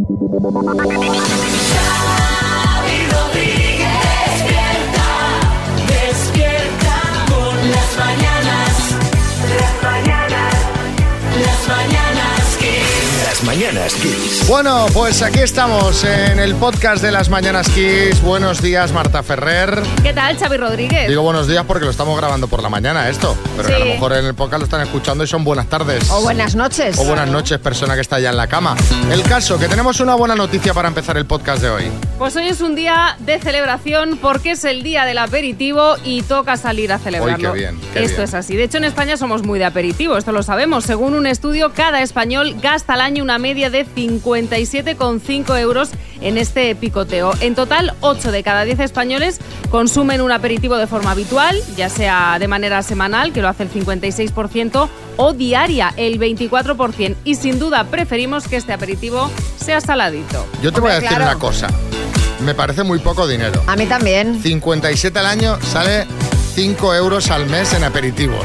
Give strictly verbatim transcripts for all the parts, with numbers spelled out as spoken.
Mañanas Kiss. Bueno, pues aquí estamos en el podcast de Las Mañanas Kiss. Buenos días, Marta Ferrer. ¿Qué tal, Xavi Rodríguez? Digo buenos días porque lo estamos grabando por la mañana esto, pero sí. que a lo mejor en el podcast lo están escuchando y son buenas tardes. O buenas noches. O buenas noches, persona que está allá en la cama. El caso, que tenemos una buena noticia para empezar el podcast de hoy. Pues hoy es un día de celebración porque es el día del aperitivo y toca salir a celebrarlo. Uy, qué bien, qué Esto bien. es así. De hecho, en España somos muy de aperitivo, esto lo sabemos. Según un estudio, cada español gasta al año una media de cincuenta y siete coma cinco euros en este picoteo. En total, ocho de cada diez españoles consumen un aperitivo de forma habitual, ya sea de manera semanal, que lo hace el cincuenta y seis por ciento, o diaria, el veinticuatro por ciento. Y sin duda preferimos que este aperitivo sea saladito. Yo te Hombre, voy a decir claro. una cosa. Me parece muy poco dinero. A mí también. cincuenta y siete al año sale cinco euros al mes en aperitivos.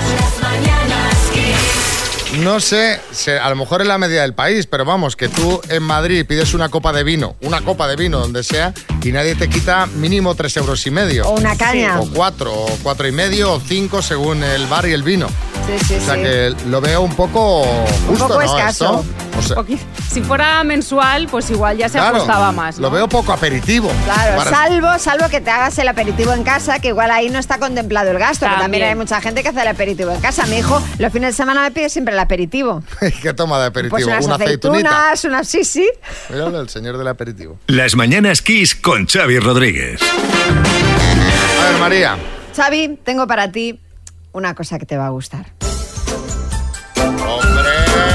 No sé, se, a lo mejor es la media del país, pero vamos, que tú en Madrid pides una copa de vino, una copa de vino donde sea, y nadie te quita mínimo tres euros y medio. O una caña. O cuatro, o cuatro y medio, o cinco según el bar y el vino. Sí, sí, O sea sí. que lo veo un poco justo, poco ¿no? escaso. Esto, o sea, Poqui- Si fuera mensual, pues igual ya se claro, ajustaba más, ¿no? Lo veo poco aperitivo. Claro, Para- salvo, salvo que te hagas el aperitivo en casa, que igual ahí no está contemplado el gasto, que también También. hay mucha gente que hace el aperitivo en casa. Mi hijo los fines de semana me pide siempre el aperitivo. ¿Qué toma de aperitivo? Pues unas Una aceitunita. aceitunas, unas sí, sí. Míralo, el señor del aperitivo. Las Mañanas Kiss con Xavi Rodríguez. A ver, María. Xavi, tengo para ti una cosa que te va a gustar. ¡Hombre!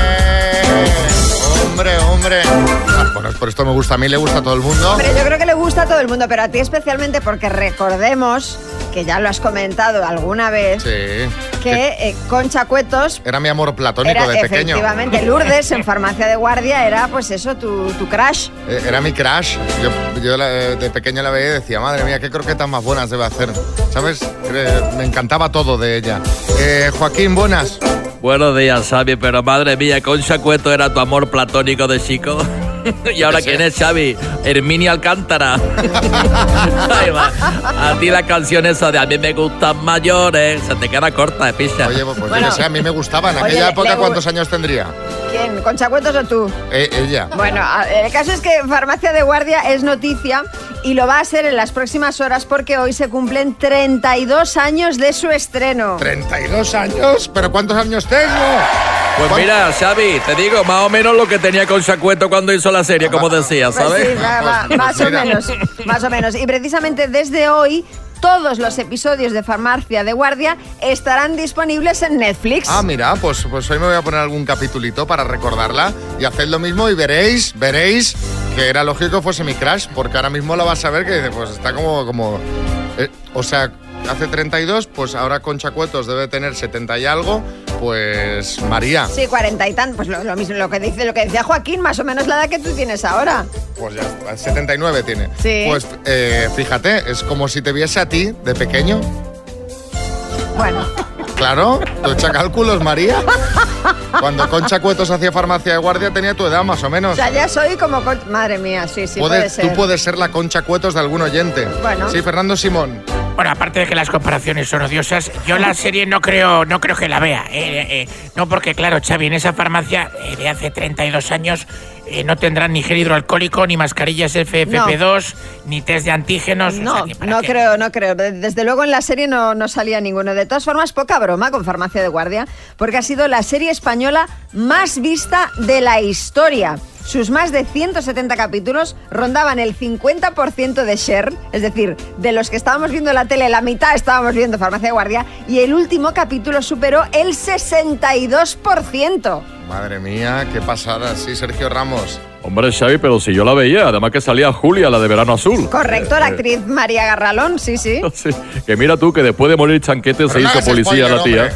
¡Hombre, hombre! Ah, bueno, por esto me gusta a mí, le gusta a todo el mundo. Hombre, yo creo que le gusta a todo el mundo, pero a ti especialmente porque recordemos, que ya lo has comentado alguna vez, Sí. que eh, Concha Cuetos Era mi amor platónico era de pequeño. efectivamente Lourdes en Farmacia de Guardia, era pues eso, tu, tu crush. Eh, Era mi crush. Yo, yo la- de pequeño la veía y decía, madre mía, qué croquetas más buenas debe hacer. ¿Sabes? Eh, Me encantaba todo de ella. Eh, Joaquín, buenas. Buenos días, Xavi, pero madre mía, Concha Cueto era tu amor platónico de chico. ¿Y ahora quién es, Xavi? Herminia Alcántara. Ay, va. A ti la canción esa de a mí me gustan mayores se te queda corta de pizza. Oye, pues Bueno. yo que sé, a mí me gustaba. En Oye, aquella le- época, le- ¿cuántos años tendría? ¿Quién? ¿Concha Cuetos o tú? Eh, ella. Bueno, a- el caso es que Farmacia de Guardia es noticia y lo va a ser en las próximas horas porque hoy se cumplen treinta y dos años de su estreno. ¿treinta y dos años? ¿Pero cuántos años tengo? Pues mira, Xavi, te digo, más o menos lo que tenía Concha Cueto cuando hizo la serie, como decía, Pues ¿sabes? sí, va- va- Pues más o mira. menos, más o menos. Y precisamente desde hoy todos los episodios de Farmacia de Guardia estarán disponibles en Netflix. Ah, mira, pues, pues hoy me voy a poner algún capitulito para recordarla y haced lo mismo y veréis, veréis que era lógico que fuese mi crush, porque ahora mismo la vas a ver que dice, pues está como, como, eh, o sea, hace treinta y dos, pues ahora Concha Cuetos debe tener setenta y algo, pues María, Sí, cuarenta y tantos, pues lo, lo mismo, lo que dice, lo que decía Joaquín, más o menos la edad que tú tienes ahora. pues ya está, setenta y nueve tiene. Sí. Pues eh, fíjate, es como si te viese a ti de pequeño. Bueno, Claro, tú echa cálculos, María. Cuando Concha Cuetos hacía Farmacia de Guardia tenía tu edad más o menos. o sea, ya soy como... Con- Madre mía, sí, sí, puede Puedes- ser. Tú puedes ser la Concha Cuetos de algún oyente. Bueno. Sí, Fernando Simón. Bueno, aparte de que las comparaciones son odiosas, yo la serie no creo no creo que la vea. eh, eh, no porque, claro, Xavi, en esa farmacia eh, de hace treinta y dos años eh, no tendrán ni gel hidroalcohólico, ni mascarillas F F P dos, ni test de antígenos. o sea, No, que ¿para no qué? creo, no creo. De- Desde luego en la serie no, no salía ninguno. De todas formas, poca broma con Farmacia de Guardia, porque ha sido la serie española más vista de la historia. Sus más de ciento setenta capítulos rondaban el cincuenta por ciento de share, es decir, de los que estábamos viendo la tele, la mitad estábamos viendo Farmacia de Guardia, y el último capítulo superó el sesenta y dos por ciento. Madre mía, qué pasada. Sí, Sergio Ramos. Hombre, Xavi, pero si yo la veía, además que salía Julia, la de Verano Azul. Correcto, la actriz María Garralón, sí, sí. Sí, que mira tú, que después de morir Chanquete se Pero no hizo hagas policía spoiler, la tía. hombre.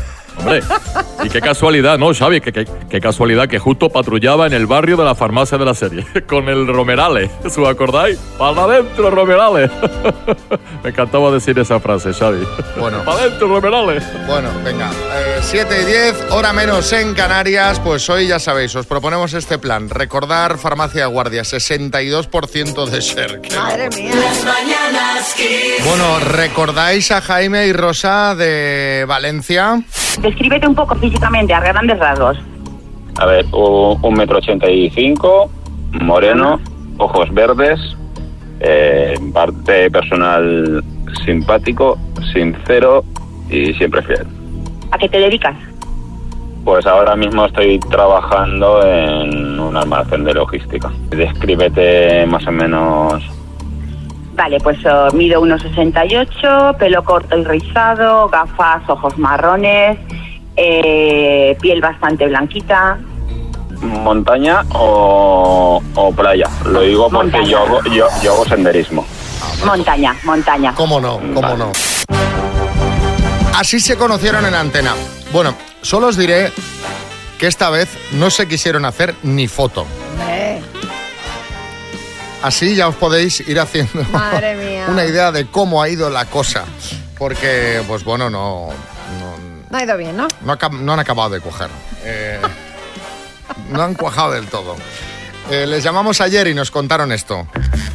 Hombre, y qué casualidad, ¿no, Xavi? Qué, qué, qué casualidad que justo patrullaba en el barrio de la farmacia de la serie, con el Romerales. ¿Os acordáis? ¡Para adentro, Romerales! Me encantaba decir esa frase, Xavi. Bueno. ¡Para adentro, Romerales! Bueno, venga, eh, siete y diez, hora menos en Canarias. Pues hoy ya sabéis, os proponemos este plan. Recordar Farmacia de Guardia, sesenta y dos por ciento de share. Madre mía. Bueno, ¿recordáis a Jaime y Rosa de Valencia? Descríbete un poco físicamente, a grandes rasgos. A ver, un, un metro ochenta y cinco, moreno, ojos verdes, eh, parte personal simpático, sincero y siempre fiel. ¿A qué te dedicas? Pues ahora mismo estoy trabajando en un almacén de logística. Descríbete más o menos. Vale, pues uh, mido uno sesenta y ocho, pelo corto y rizado, gafas, ojos marrones, eh, piel bastante blanquita. ¿Montaña o, o playa? Lo digo porque yo hago, yo, yo hago senderismo. Montaña, montaña. ¿Cómo no? ¿Cómo no? Así se conocieron en Antena. Bueno, solo os diré que esta vez no se quisieron hacer ni foto. Así ya os podéis ir haciendo Madre mía. una idea de cómo ha ido la cosa. Porque, pues bueno, no... No, no ha ido bien, ¿no? No, ha, no han acabado de cuajar. Eh, no han cuajado del todo. Eh, les llamamos ayer y nos contaron esto.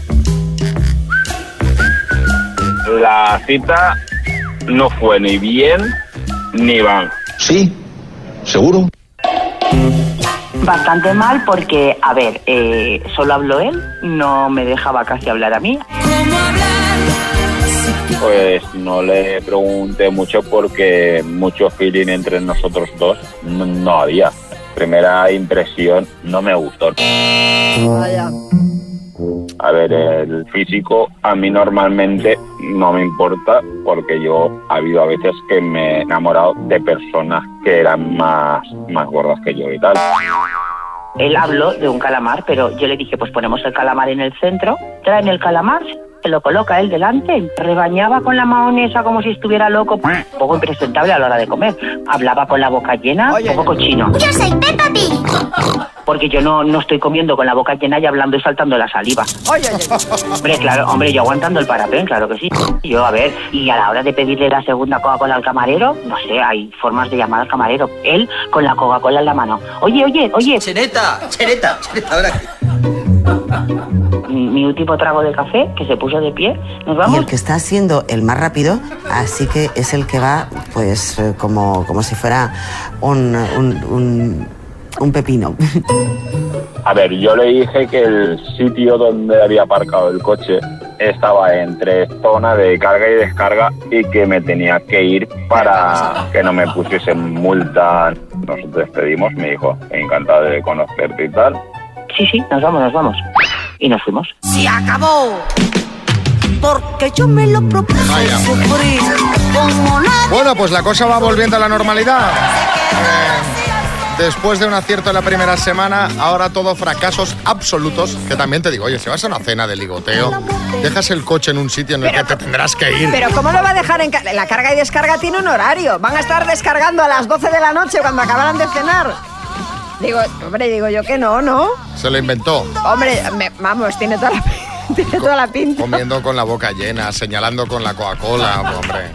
La cita no fue ni bien ni mal. Sí, seguro. Bastante mal porque, a ver, eh, solo habló él, no me dejaba casi hablar a mí. Pues no le pregunté mucho porque mucho feeling entre nosotros dos no, no había. Primera impresión, no me gustó. Vaya. A ver, el físico a mí normalmente no me importa porque yo ha habido a veces que me he enamorado de personas que eran más, más gordas que yo y tal. Él habló de un calamar, pero yo le dije, pues ponemos el calamar en el centro, traen el calamar, se lo coloca él delante, rebañaba con la mahonesa como si estuviera loco, poco impresentable a la hora de comer, hablaba con la boca llena, Oye, poco cochino. Yo soy Peppa Pig. Porque yo no, no estoy comiendo con la boca llena y hablando y saltando la saliva. Oye, oye. Hombre, claro, hombre, yo aguantando el parapén, claro que sí. Yo, a ver, y a la hora de pedirle la segunda Coca-Cola al camarero, no sé, hay formas de llamar al camarero. Él con la Coca-Cola en la mano. Oye, oye, oye. Cheneta, cheneta, cheneta, ahora. Mi último trago de café, que se puso de pie. ¿Nos vamos? Y el que está siendo el más rápido, así que es el que va, pues, eh, como, como si fuera un, un, un, un pepino. A ver, yo le dije que el sitio donde había aparcado el coche estaba entre zona de carga y descarga y que me tenía que ir para que no me pusiesen multa. Nos despedimos, me dijo, encantado de conocerte y tal. Sí, sí, nos vamos, nos vamos. Y nos fuimos. Se acabó. Porque yo me lo propuse sufrir como nadie. Bueno, pues la cosa va volviendo a la normalidad. Eh, después de un acierto en la primera semana, ahora todo fracasos absolutos. Que también te digo, oye, si vas a una cena de ligoteo, dejas el coche en un sitio en el Pero, que te tendrás que ir. Pero ¿cómo lo va a dejar en ca- la carga y descarga? Tiene un horario. Van a estar descargando a las doce de la noche cuando acabaran de cenar. Digo, hombre, digo yo que no, ¿no? Se lo inventó. Hombre, me- vamos, tiene toda la, tiene toda la pinta. Comiendo con la boca llena, señalando con la Coca-Cola, hombre.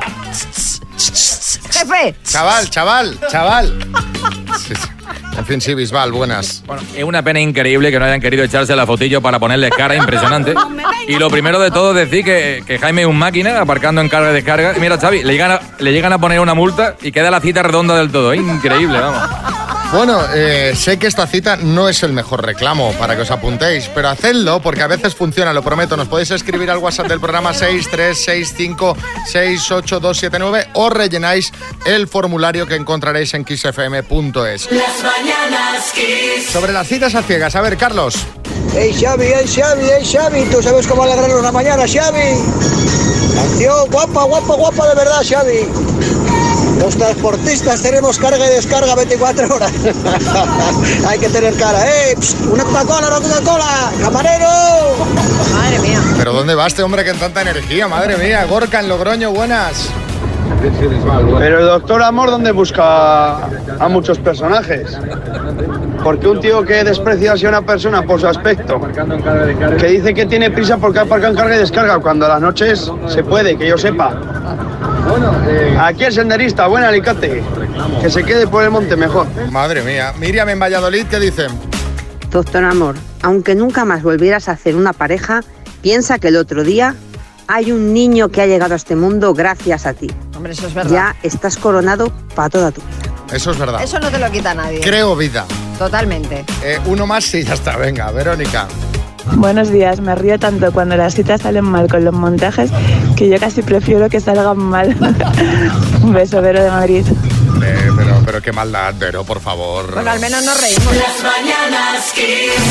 Jefe. Chaval, chaval, chaval. Sí, sí. En fin, sí, Bisbal, buenas. Bueno, es una pena increíble que no hayan querido echarse la fotillo para ponerle cara impresionante. Y lo primero de todo decir que, que Jaime es un máquina aparcando en carga y descarga. Y mira, Xavi, le llegan, a, le llegan a poner una multa y queda la cita redonda del todo. Es increíble, vamos. Bueno, eh, sé que esta cita no es el mejor reclamo para que os apuntéis, pero hacedlo porque a veces funciona, lo prometo. Nos podéis escribir al WhatsApp del programa seis tres seis cinco seis ocho dos siete nueve o rellenáis el formulario que encontraréis en kiss f m punto es. Sobre las citas a ciegas, a ver, Carlos. ¡Ey, Xavi, ey, Xavi, ey, Xavi! ¿Tú sabes cómo alegrarnos la mañana, Xavi? Canción guapa, guapa, guapa de verdad, Xavi. Los transportistas tenemos carga y descarga veinticuatro horas. Hay que tener cara, ¿eh? Psst, ¡una Coca-Cola, una Coca-Cola! ¡Camarero! Madre mía. ¿Pero dónde va este hombre con tanta energía? Madre mía, Gorka en Logroño, buenas. Pero el doctor Amor, ¿dónde busca a muchos personajes? Porque un tío que desprecia así a una persona por su aspecto, que dice que tiene prisa porque aparca en carga y descarga, cuando a las noches se puede, que yo sepa. Aquí el senderista, buen alicate, que se quede por el monte mejor. Madre mía. Miriam en Valladolid, ¿qué dicen? Doctor Amor, aunque nunca más volvieras a hacer una pareja, piensa que el otro día hay un niño que ha llegado a este mundo gracias a ti. Hombre, eso es verdad. Ya estás coronado para toda tu vida. Eso es verdad. Eso no te lo quita nadie. Creo vida. Totalmente. Eh, uno más y ya está. Venga, Verónica. Buenos días, me río tanto cuando las citas salen mal con los montajes que yo casi prefiero que salgan mal. Un beso, Vero de Madrid. Eh, pero, pero qué maldad, Vero, por favor. Bueno, al menos nos reímos. Las mañanas Kiss.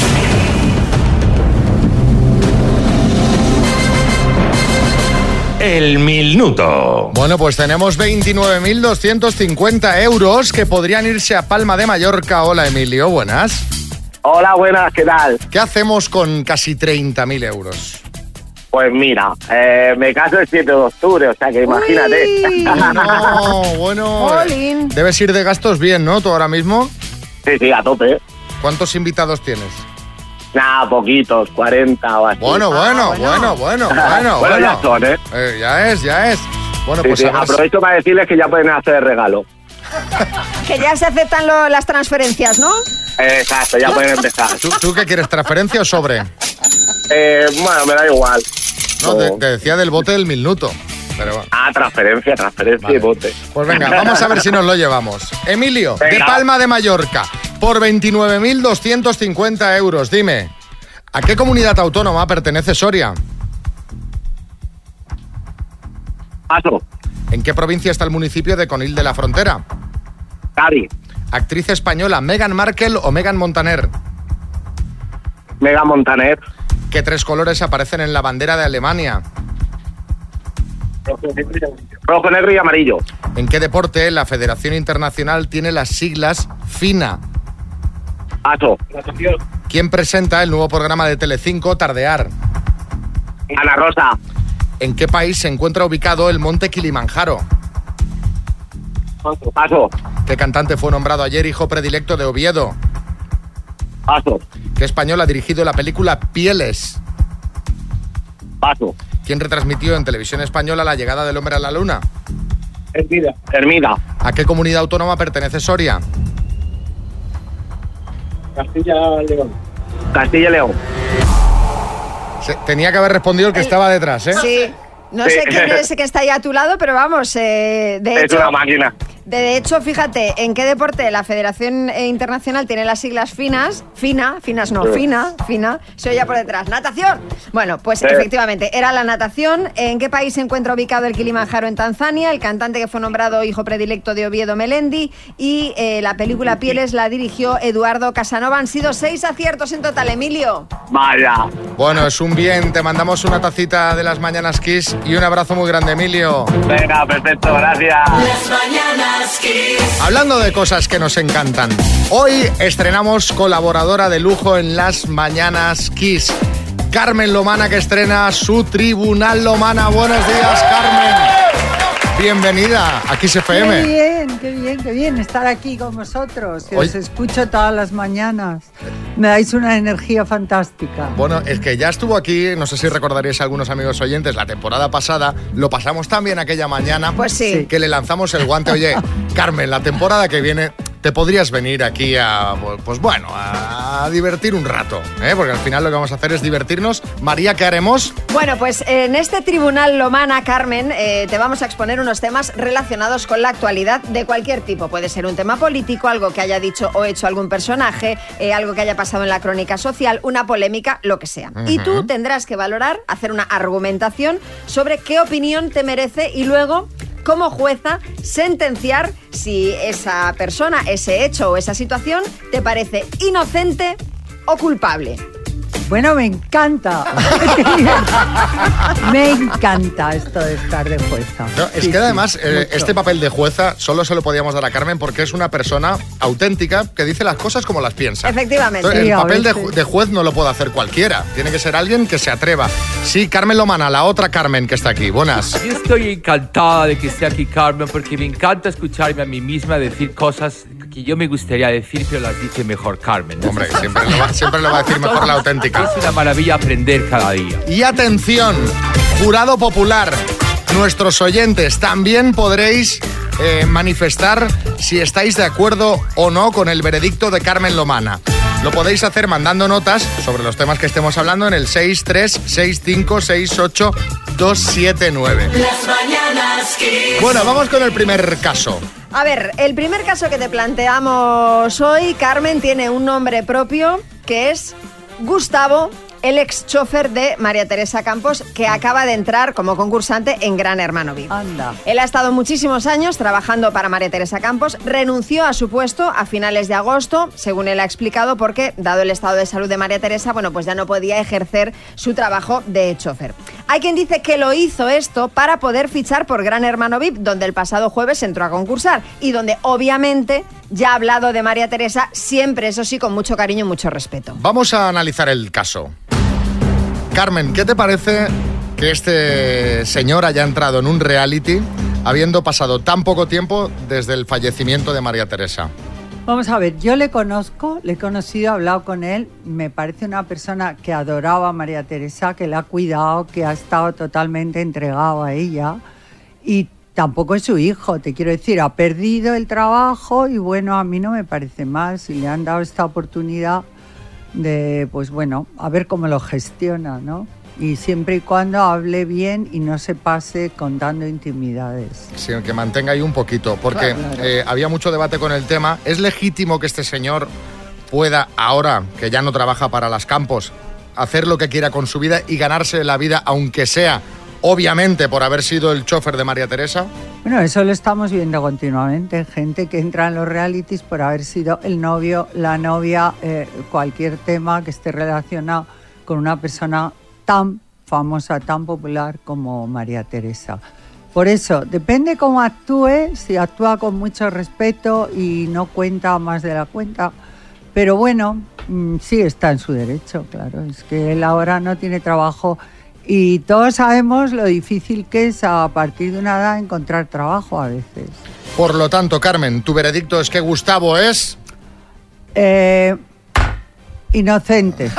El minuto. Bueno, pues tenemos veintinueve mil doscientos cincuenta euros que podrían irse a Palma de Mallorca. Hola, Emilio, buenas. Hola, buenas, ¿qué tal? ¿Qué hacemos con casi treinta mil euros? Pues mira, eh, me caso el siete de octubre, o sea que imagínate. Uy, no, bueno, Jolín. debes ir de gastos bien, ¿no? ¿Tú ahora mismo? Sí, sí, a tope. ¿Cuántos invitados tienes? Nada, poquitos, cuarenta o así. Bueno, bueno, bueno, bueno, bueno, bueno. Bueno, ya son, ¿eh? Eh, Ya es, ya es. Bueno, Sí, pues sí, a ver si- aprovecho para decirles que ya pueden hacer el regalo. Que ya se aceptan lo- las transferencias, ¿no? Exacto, ya pueden empezar. ¿Tú, ¿Tú qué quieres, transferencia o sobre? Eh, bueno, me da igual. No, te, te decía del bote del minuto. Pero bueno. Ah, transferencia, transferencia Vale. y bote. Pues venga, vamos a ver si nos lo llevamos. Emilio, de Venga. Palma de Mallorca, por veintinueve mil doscientos cincuenta euros. Dime, ¿a qué comunidad autónoma pertenece Soria? Paso. ¿En qué provincia está el municipio de Conil de la Frontera? Cádiz. Actriz española, ¿Meghan Markle o Meghan Montaner? Mega Montaner. ¿Qué tres colores aparecen en la bandera de Alemania? Rojo, negro y amarillo. ¿En qué deporte la Federación Internacional tiene las siglas FINA? Paso. ¿Quién presenta el nuevo programa de Telecinco, Tardear? Ana Rosa. ¿En qué país se encuentra ubicado el monte Kilimanjaro? Paso. ¿Qué cantante fue nombrado ayer hijo predilecto de Oviedo? Paso. ¿Qué español ha dirigido la película Pieles? Paso. ¿Quién retransmitió en televisión española la llegada del hombre a la luna? Hermida. Hermida. ¿A qué comunidad autónoma pertenece Soria? Castilla-León. Castilla-León. Se- tenía que haber respondido el que estaba detrás, ¿eh? Sí. No Sí. sé quién es que está ahí a tu lado, pero vamos, eh, de Es hecho... una máquina. De hecho, fíjate, ¿en qué deporte la Federación eh, Internacional tiene las siglas finas? Fina, finas no, Sí. fina, fina, se oye por detrás. ¡Natación! Bueno, pues Sí. efectivamente, era la natación. ¿En qué país se encuentra ubicado el Kilimanjaro? En Tanzania. El cantante que fue nombrado hijo predilecto de Oviedo, Melendi. Y eh, la película Pieles la dirigió Eduardo Casanova. Han sido seis aciertos en total, Emilio. Vaya. Bueno, es un bien. Te mandamos una tacita de las Mañanas Kiss y un abrazo muy grande, Emilio. Venga, perfecto, gracias. Las mañanas Kiss. Hablando de cosas que nos encantan, hoy estrenamos colaboradora de lujo en Las Mañanas Kiss. Carmen Lomana, que estrena su Tribunal Lomana. Buenos días, Carmen. Bienvenida a Kiss F M. Qué bien, qué bien, qué bien estar aquí con vosotros. Que Hoy- os escucho todas las mañanas. Me dais una energía fantástica. Bueno, es que ya estuvo aquí, no sé si recordaréis algunos amigos oyentes, la temporada pasada, lo pasamos tan bien aquella mañana Pues sí. que le lanzamos el guante. Oye, Carmen, la temporada que viene te podrías venir aquí a, pues bueno, a divertir un rato, ¿eh? Porque al final lo que vamos a hacer es divertirnos. María, ¿qué haremos? Bueno, pues en este Tribunal Lomana, Carmen, eh, te vamos a exponer unos temas relacionados con la actualidad de cualquier tipo. Puede ser un tema político, algo que haya dicho o hecho algún personaje, eh, algo que haya pasado en la crónica social, una polémica, lo que sea. Y tú Ujú. tendrás que valorar, hacer una argumentación sobre qué opinión te merece y luego, como jueza, sentenciar si esa persona, ese hecho o esa situación te parece inocente o culpable. Bueno, me encanta. Me encanta esto de estar de jueza. No, es Sí, que además sí, eh, mucho. este papel de jueza solo se lo podíamos dar a Carmen porque es una persona auténtica que dice las cosas como las piensa. Efectivamente. Entonces, Sí, el a papel de, veces. ju- de juez no lo puede hacer cualquiera. Tiene que ser alguien que se atreva. Sí, Carmen Lomana, la otra Carmen que está aquí. Buenas. Yo estoy encantada de que esté aquí Carmen porque me encanta escucharme a mí misma decir cosas que yo me gustaría decir, pero las dice mejor Carmen. ¿no? Hombre, siempre lo, va, siempre lo va a decir mejor la auténtica. Es una maravilla aprender cada día. Y atención, jurado popular, nuestros oyentes, también podréis eh, manifestar si estáis de acuerdo o no con el veredicto de Carmen Lomana. Lo podéis hacer mandando notas sobre los temas que estemos hablando en el seis tres seis cinco seis ocho dos siete nueve. Las mañanas Kiss. Bueno, vamos con el primer caso. A ver, el primer caso que te planteamos hoy, Carmen, tiene un nombre propio que es Gustavo, el ex chofer de María Teresa Campos, que acaba de entrar como concursante en Gran Hermano V I P. Anda. Él ha estado muchísimos años trabajando para María Teresa Campos, renunció a su puesto a finales de agosto, según él ha explicado, porque, dado el estado de salud de María Teresa, bueno, pues ya no podía ejercer su trabajo de chofer. Hay quien dice que lo hizo esto para poder fichar por Gran Hermano V I P, donde el pasado jueves entró a concursar y donde, obviamente, ya ha hablado de María Teresa, siempre, eso sí, con mucho cariño y mucho respeto. Vamos a analizar el caso. Carmen, ¿qué te parece que este señor haya entrado en un reality habiendo pasado tan poco tiempo desde el fallecimiento de María Teresa? Vamos a ver, yo le conozco, le he conocido, he hablado con él, me parece una persona que adoraba a María Teresa, que la ha cuidado, que ha estado totalmente entregado a ella y tampoco es su hijo, te quiero decir, ha perdido el trabajo y bueno, a mí no me parece mal si le han dado esta oportunidad de, pues bueno, a ver cómo lo gestiona, ¿no? Y siempre y cuando hable bien y no se pase contando intimidades. Sí, que mantenga ahí un poquito, porque Claro. eh, había mucho debate con el tema. ¿Es legítimo que este señor pueda, ahora que ya no trabaja para las Campos, hacer lo que quiera con su vida y ganarse la vida, aunque sea, obviamente, por haber sido el chofer de María Teresa? Bueno, eso lo estamos viendo continuamente, gente que entra en los realities por haber sido el novio, la novia, eh, cualquier tema que esté relacionado con una persona tan famosa, tan popular como María Teresa. Por eso, depende cómo actúe, si actúa con mucho respeto y no cuenta más de la cuenta, pero bueno, mmm, sí está en su derecho, claro, es que él ahora no tiene trabajo. Y todos sabemos lo difícil que es a partir de una edad encontrar trabajo a veces. Por lo tanto, Carmen, tu veredicto es que Gustavo es... Eh, inocente.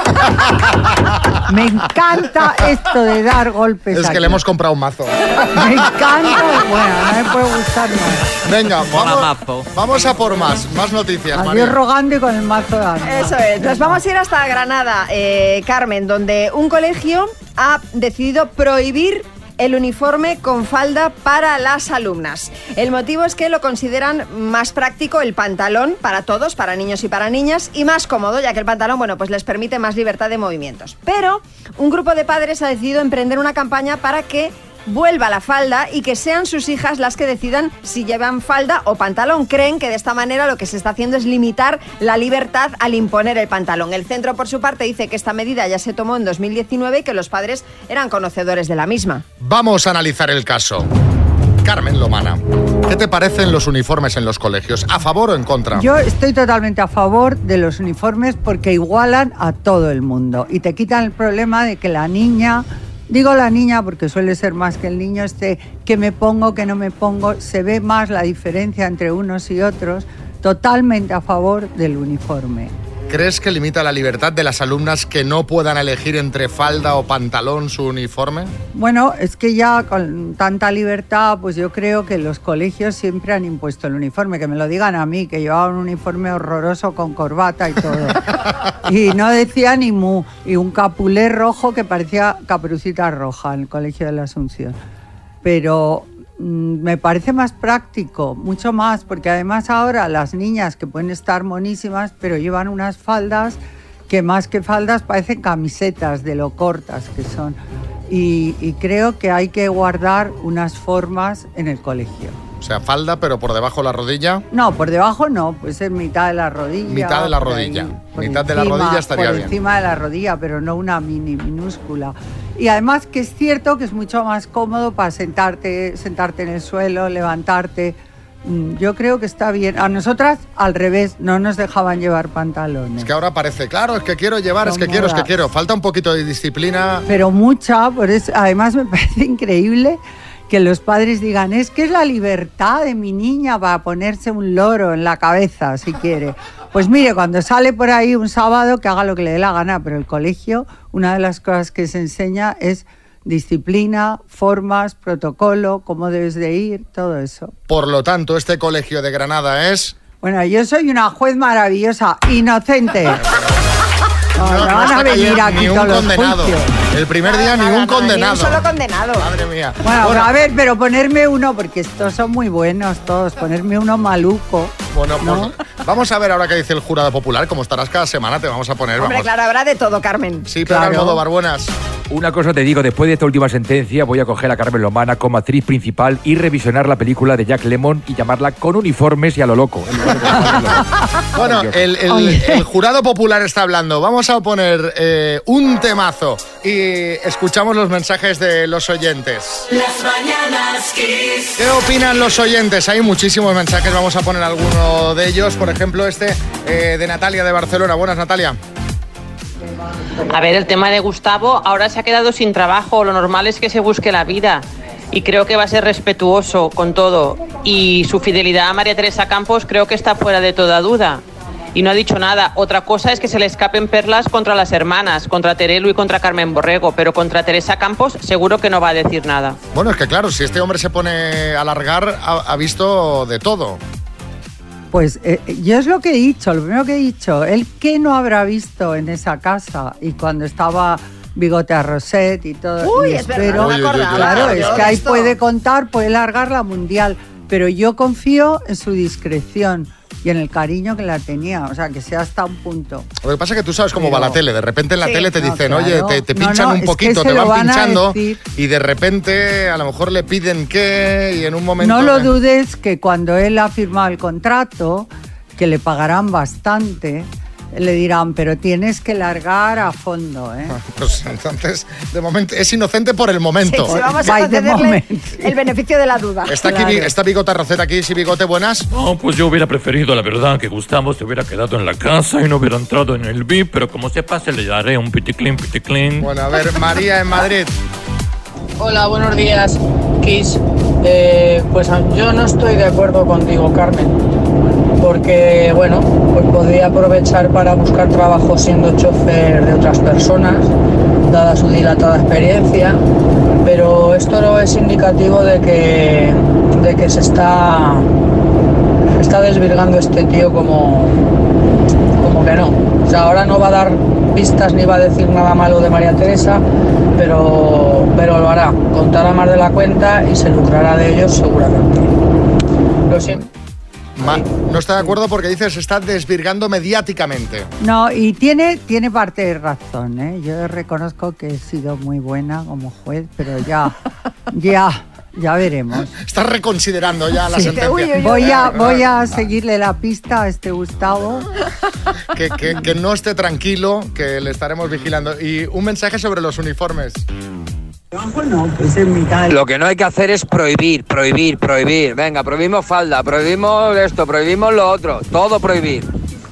Me encanta esto de dar golpes. Es que aquí. le hemos comprado un mazo. Me encanta. Bueno, no me puede gustar más. Venga, vamos, mazo. vamos a por más, más noticias, Adiós María. rogando y con el mazo de armas. Eso es. Nos vamos a ir hasta Granada, eh, Carmen, donde un colegio ha decidido prohibir el uniforme con falda para las alumnas. El motivo es que lo consideran más práctico el pantalón para todos, para niños y para niñas, y más cómodo, ya que el pantalón, bueno, pues les permite más libertad de movimientos. Pero un grupo de padres ha decidido emprender una campaña para que vuelva la falda y que sean sus hijas las que decidan si llevan falda o pantalón. Creen que de esta manera lo que se está haciendo es limitar la libertad al imponer el pantalón. El centro, por su parte, dice que esta medida ya se tomó en dos mil diecinueve y que los padres eran conocedores de la misma. Vamos a analizar el caso. Carmen Lomana, ¿qué te parecen los uniformes en los colegios? ¿A favor o en contra? Yo estoy totalmente a favor de los uniformes porque igualan a todo el mundo y te quitan el problema de que la niña... Digo la niña porque suele ser más que el niño, este que me pongo, que no me pongo, se ve más la diferencia entre unos y otros, totalmente a favor del uniforme. ¿Crees que limita la libertad de las alumnas que no puedan elegir entre falda o pantalón su uniforme? Bueno, es que ya con tanta libertad, pues yo creo que los colegios siempre han impuesto el uniforme, que me lo digan a mí, que llevaba un uniforme horroroso con corbata y todo. Y no decía ni mu, y un capulé rojo que parecía Caperucita Roja en el Colegio de la Asunción. Pero mmm, me parece más práctico, mucho más, porque además ahora las niñas que pueden estar monísimas, pero llevan unas faldas que más que faldas parecen camisetas de lo cortas que son. Y, y creo que hay que guardar unas formas en el colegio. O sea, falda, pero por debajo de la rodilla. No, por debajo no, puede ser mitad de la rodilla. Mitad de la rodilla. Ahí, mitad encima, de la rodilla estaría por bien. Por encima de la rodilla, pero no una mini, minúscula. Y además que es cierto que es mucho más cómodo para sentarte, sentarte en el suelo, levantarte. Yo creo que está bien. A nosotras, al revés, no nos dejaban llevar pantalones. Es que ahora parece, claro, es que quiero llevar, Son es que quiero, es que modas. quiero. Falta un poquito de disciplina. Pero mucha, por eso, además me parece increíble que los padres digan, es que es la libertad de mi niña para ponerse un loro en la cabeza, si quiere. Pues mire, cuando sale por ahí un sábado, que haga lo que le dé la gana, pero el colegio, una de las cosas que se enseña es disciplina, formas, protocolo, cómo debes de ir, todo eso. Por lo tanto, este colegio de Granada es... Bueno, yo soy una juez maravillosa, inocente. No, no, no van está a venir cayendo aquí ni un todos los condenado. juicios. El primer día ni un condenado. Ni un solo condenado. Madre mía. Bueno, Bueno, a ver, pero ponerme uno, porque estos son muy buenos todos, ponerme uno maluco. Bueno, pues ¿no? vamos a ver ahora qué dice el jurado popular. Como estarás cada semana, te vamos a poner. Hombre, vamos. claro, habrá de todo, Carmen. Sí, pero Claro. Almodóvar, buenas. Una cosa te digo, después de esta última sentencia voy a coger a Carmen Lomana como actriz principal y revisionar la película de Jack Lemmon y llamarla Con uniformes y a lo loco. Bueno, el, el- el jurado popular está hablando. Vamos a poner eh, un temazo y escuchamos los mensajes de los oyentes. Las mañanas Kiss. ¿Qué opinan los oyentes? Hay muchísimos mensajes, vamos a poner alguno de ellos. Por ejemplo, este eh, de Natalia de Barcelona. Buenas, Natalia. A ver, el tema de Gustavo ahora se ha quedado sin trabajo, lo normal es que se busque la vida y creo que va a ser respetuoso con todo y su fidelidad a María Teresa Campos creo que está fuera de toda duda y no ha dicho nada. Otra cosa es que se le escapen perlas contra las hermanas, contra Terelu y contra Carmen Borrego, pero contra Teresa Campos seguro que no va a decir nada. Bueno, es que claro, si este hombre se pone a largar, ha, ha visto de todo. Pues eh, yo es lo que he dicho, lo primero que he dicho, él que no habrá visto en esa casa y cuando estaba Bigote a Roset y todo. Uy, y es verdad, espero- no me acordaba. Claro, es Yo que ahí esto- puede contar, puede largar la mundial, pero yo confío en su discreción y en el cariño que la tenía, o sea, que sea hasta un punto. Lo que pasa es que tú sabes cómo Pero- va la tele. De repente en la Sí, tele te no, dicen, claro. oye, te, te No, pinchan no, un es que poquito, se te lo van van a pinchando decir. y de repente a lo mejor le piden qué y en un momento... No lo que- dudes que cuando él ha firmado el contrato, que le pagarán bastante, le dirán, pero tienes que largar a fondo, ¿eh? Pues entonces, de momento, es inocente por el momento. Sí, sí, vamos a By the concederle moment. el beneficio de la duda. Está aquí, Claro. está Bigote Roseta aquí, sí, Bigote, buenas. No, pues yo hubiera preferido, la verdad, que Gustavo se hubiera quedado en la casa y no hubiera entrado en el V I P, pero como se pase le daré un piticlin, piticlin. Bueno, a ver, María en Madrid. Hola, buenos días, Kiss. Eh, pues yo no estoy de acuerdo contigo, Carmen, porque, bueno, pues podría aprovechar para buscar trabajo siendo chofer de otras personas, dada su dilatada experiencia, pero esto no es indicativo de que, de que se está, está desvirgando este tío como, como que no. O sea, ahora no va a dar pistas ni va a decir nada malo de María Teresa, pero, pero lo hará. Contará más de la cuenta y se lucrará de ellos seguramente. Lo siento. Ma- no está de acuerdo porque dice se está desvirgando mediáticamente. No, y tiene, tiene parte de razón, ¿eh? Yo reconozco que he sido muy buena como juez, pero ya, ya, ya veremos. Está reconsiderando ya la Sí. sentencia. Uy, uy, uy. Voy a, voy a seguirle la pista a este Gustavo. Que, que- que no esté tranquilo, que le estaremos vigilando. Y un mensaje sobre los uniformes. No, pues en mitad. Lo que no hay que hacer es prohibir, prohibir, prohibir. Venga, prohibimos falda, prohibimos esto, prohibimos lo otro. Todo prohibir.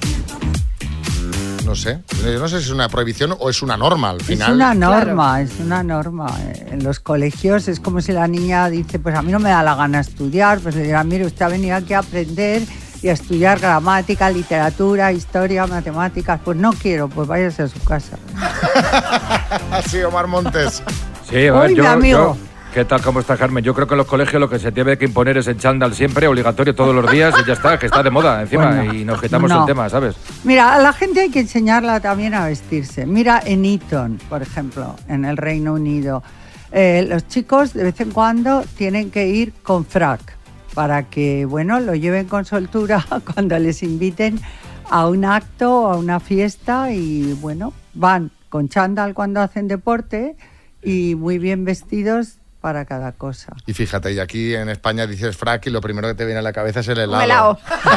No sé, yo no sé si es una prohibición o es una norma al Es final. una norma, es una norma. En los colegios es como si la niña dice, pues a mí no me da la gana estudiar, pues le dirán, mire, usted ha venido aquí a aprender y a estudiar gramática, literatura, historia, matemáticas. Pues no quiero, pues váyase a su casa. Así, Omar Montes. Sí, a ver, Uy, yo, mi amigo. yo- ¿Qué tal? ¿Cómo está, Carmen? Yo creo que en los colegios lo que se tiene que imponer es el chándal siempre, obligatorio todos los días, y ya está, que está de moda encima, Bueno, y nos quitamos no. el tema, ¿sabes? Mira, a la gente hay que enseñarla también a vestirse. Mira, en Eton, por ejemplo, en el Reino Unido, eh, los chicos de vez en cuando tienen que ir con frac para que, bueno, lo lleven con soltura cuando les inviten a un acto o a una fiesta y, bueno, van con chándal cuando hacen deporte y muy bien vestidos para cada cosa. Y fíjate, y aquí en España dices frac y lo primero que te viene a la cabeza es el helado. Un helado.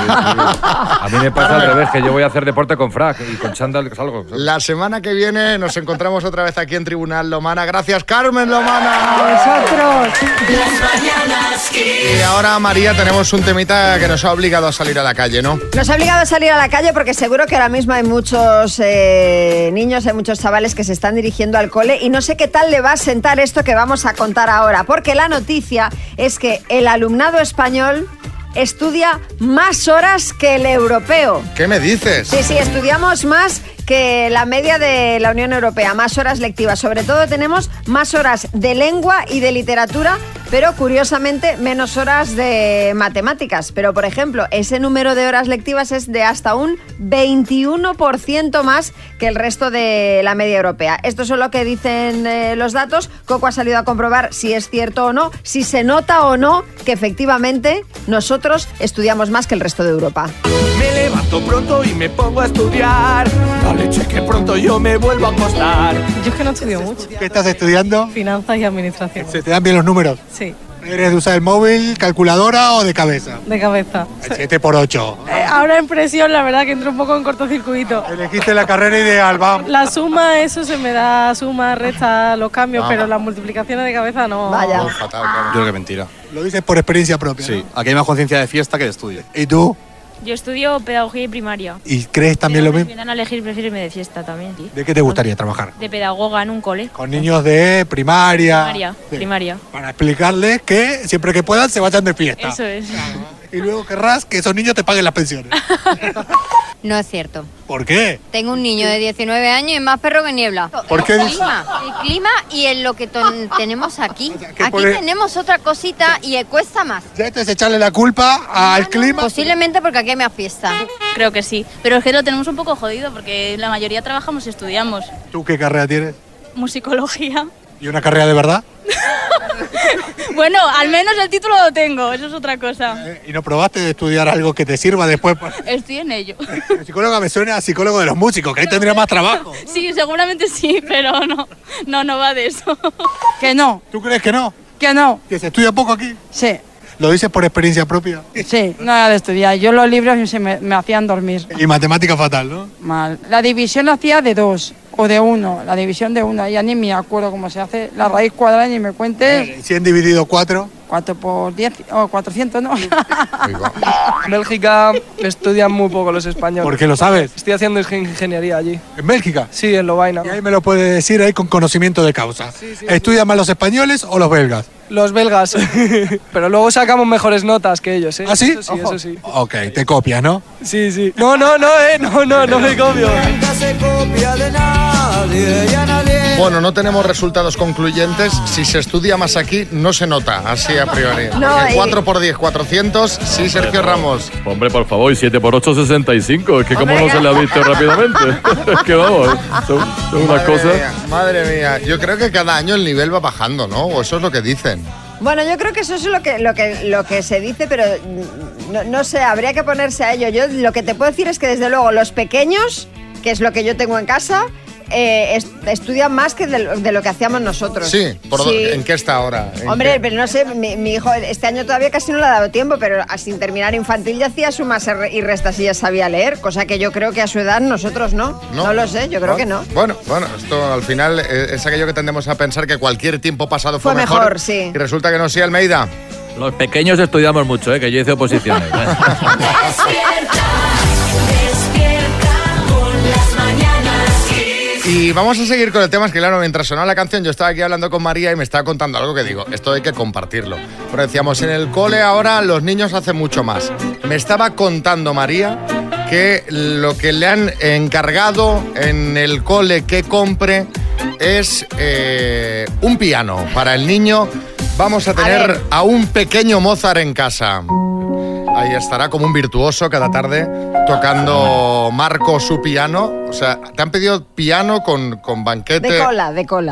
A mí me pasa al revés, que yo voy a hacer deporte con frac y con chándal salgo. La semana que viene nos encontramos otra vez aquí en Tribunal Lomana. Gracias, Carmen Lomana. ¡A vosotros! Las mañanas Kiss. Y ahora, María, tenemos un temita que nos ha obligado a salir a la calle, ¿no? Nos ha obligado a salir a la calle porque seguro que ahora mismo hay muchos eh, niños, hay muchos chavales que se están dirigiendo al cole y no sé qué tal le va a sentar esto que vamos a contar ahora, porque la noticia es que el alumnado español estudia más horas que el europeo. ¿Qué me dices? Sí, sí, estudiamos más que la media de la Unión Europea, más horas lectivas. Sobre todo tenemos más horas de lengua y de literatura, pero curiosamente menos horas de matemáticas. Pero, por ejemplo, ese número de horas lectivas es de hasta un veintiuno por ciento más que el resto de la media europea. Esto es lo que dicen eh, los datos. Coco ha salido a comprobar si es cierto o no, si se nota o no que efectivamente nosotros estudiamos más que el resto de Europa. Me levanto pronto y me pongo a estudiar. La leche que pronto yo me vuelvo a acostar. Yo es que no estudio mucho. ¿Qué estás estudiando? Finanzas y administración. ¿Se te dan bien los números? Sí. ¿Eres de usar el móvil, calculadora o de cabeza? De cabeza. El siete por ocho. Eh, ahora en presión, la verdad que entro un poco en cortocircuito. Elegiste la carrera ideal, vamos. La suma, eso se me da suma, resta, los cambios, ah, pero las multiplicaciones de cabeza no. Vaya. No, fatal, claro. Yo creo que es mentira. Lo dices por experiencia propia. Sí, ¿no? Aquí hay más conciencia de fiesta que de estudio. ¿Y tú? Yo estudio pedagogía y primaria. ¿Y crees también pero lo mismo? Me dan a elegir, prefiero irme de fiesta también. ¿Sí? ¿De qué te gustaría trabajar? De pedagoga en un cole. Con niños de primaria. Primaria, sí. primaria. Para explicarles que siempre que puedan se vayan de fiesta. Eso es. Y luego querrás que esos niños te paguen las pensiones. No es cierto. ¿Por qué? Tengo un niño de diecinueve años y es más perro que niebla. ¿Por qué? El clima, el clima y en lo que ton- tenemos aquí. O sea, que aquí por el- tenemos otra cosita y cuesta más. ¿Ya te es echarle la culpa al clima? Posiblemente porque aquí hay más fiesta. Creo que sí, pero es que lo tenemos un poco jodido porque la mayoría trabajamos y estudiamos. ¿Tú qué carrera tienes? Musicología. ¿Y una carrera de verdad? Bueno, al menos el título lo tengo, eso es otra cosa. ¿Y no probaste de estudiar algo que te sirva después? Estoy en ello. El psicólogo me suena a psicólogo de los músicos, que ahí tendría más trabajo. Sí, seguramente sí, pero no, no, no va de eso. Que no. ¿Tú crees que no? Que no. ¿Que se estudia poco aquí? Sí. ¿Lo dices por experiencia propia? Sí, no era de estudiar. Yo los libros se me, me hacían dormir. Y matemática fatal, ¿no? Mal. La división la hacía de dos o de uno. La división de una. Ya ni me acuerdo cómo se hace. La raíz cuadrada ni me cuentes. ¿cien dividido cuatro? cuatro por diez o cuatrocientos, ¿no? Bélgica estudian muy poco los españoles. ¿Por qué lo sabes? Estoy haciendo ingeniería allí. ¿En Bélgica? Sí, en Lovaina. Y ahí me lo puedes decir ahí con conocimiento de causa. Sí, sí, ¿Estudian más los españoles o los belgas? Los belgas. Pero luego sacamos mejores notas que ellos, ¿eh? ¿Ah, sí? Eso sí, eso sí. Ok, te copias, ¿no? Sí, sí. No, no, no, eh. No, no, no me copio. Bueno, no tenemos resultados concluyentes. Si se estudia más aquí, no se nota, así a priori. No, Porque y- cuatro por diez, cuatrocientos. Sí, Sergio Ramos. Hombre, por favor, y siete por ocho, sesenta y cinco. Es que como no se le ha visto rápidamente. Es que vamos, son, son unas Madre cosas. mía, madre mía. Yo creo que cada año el nivel va bajando, ¿no? O eso es lo que dicen. Bueno, yo creo que eso es lo que, lo que, lo que se dice, pero mm, no, no sé, habría que ponerse a ello. Yo lo que te puedo decir es que desde luego los pequeños, que es lo que yo tengo en casa, eh, est- estudian más que de lo, de lo que hacíamos nosotros. Sí, ¿por Sí. dónde- ¿en qué está ahora? ¿En Hombre, qué? pero no sé, mi, mi hijo este año todavía casi no le ha dado tiempo, pero a- sin terminar infantil ya hacía sumas y restas y ya sabía leer, cosa que yo creo que a su edad nosotros no. No, lo sé, yo creo que no. Bueno, bueno, esto al final eh, es aquello que tendemos a pensar que cualquier tiempo pasado fue, Fue mejor, sí. Y resulta que no, sí, Almeida. Los pequeños estudiamos mucho, ¿eh? Que yo hice oposiciones. ¿eh? Y vamos a seguir con el tema, es que claro, mientras sonaba la canción yo estaba aquí hablando con María y me estaba contando algo que digo, esto hay que compartirlo. Pero decíamos, en el cole ahora los niños hacen mucho más. Me estaba contando María que lo que le han encargado en el cole que compre es eh, un piano para el niño. Vamos a tener ver. a un pequeño Mozart en casa. Ahí estará como un virtuoso cada tarde tocando Marco su piano. O sea, te han pedido piano con, con banquete. De cola, de cola.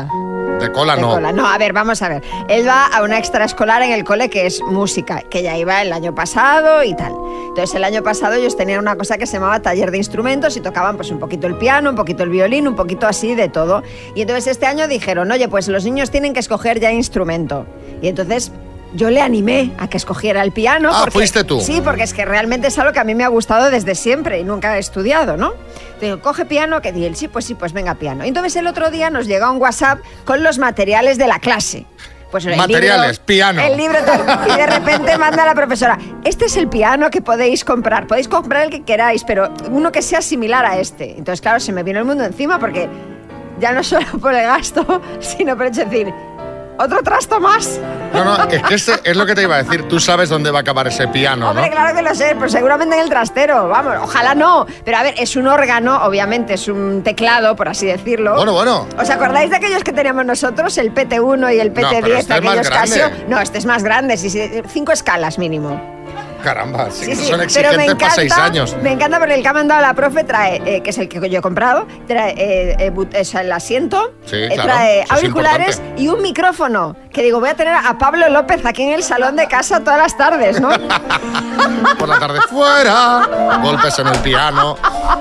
De cola de no. Cola. No, a ver, vamos a ver. Él va a una extraescolar en el cole que es música, que ya iba el año pasado y tal. Entonces el año pasado ellos tenían una cosa que se llamaba taller de instrumentos y tocaban pues un poquito el piano, un poquito el violín, un poquito así de todo. Y entonces este año dijeron, oye, pues los niños tienen que escoger ya instrumento. Y entonces yo le animé a que escogiera el piano. Ah, porque, fuiste tú. Sí, porque es que realmente es algo que a mí me ha gustado desde siempre y nunca he estudiado, ¿no? Digo, coge piano, que di él, sí, pues sí, pues venga, piano. Entonces el otro día nos llega un WhatsApp con los materiales de la clase. Pues el materiales, libro, piano. El libro, y de repente manda la profesora, este es el piano que podéis comprar, podéis comprar el que queráis, pero uno que sea similar a este. Entonces, claro, se me vino el mundo encima porque ya no solo por el gasto, sino por hecho decir, ¿otro trasto más? No, no, es que ese es lo que te iba a decir. Tú sabes dónde va a acabar ese piano, Hombre, ¿no? claro que lo sé, pues seguramente en el trastero, vamos, ojalá no. Pero a ver, es un órgano, obviamente, es un teclado, por así decirlo. Bueno, bueno. ¿Os acordáis de aquellos que teníamos nosotros, el P T uno y el P T diez, No, pero este es más aquellos grande. Casio? No, este es más grande, sí, sí, cinco escalas mínimo. Caramba, sí, Sí, que sí, son pero me exigentes encanta, para seis años. Me encanta porque el que ha mandado la profe trae, eh, que es el que yo he comprado, trae eh, eh, but- o sea, el asiento, Sí, eh, claro, trae eso es auriculares importante. y un micrófono. Que digo, voy a tener a Pablo López aquí en el salón de casa todas las tardes, ¿no? Por la tarde fuera, golpes en el piano,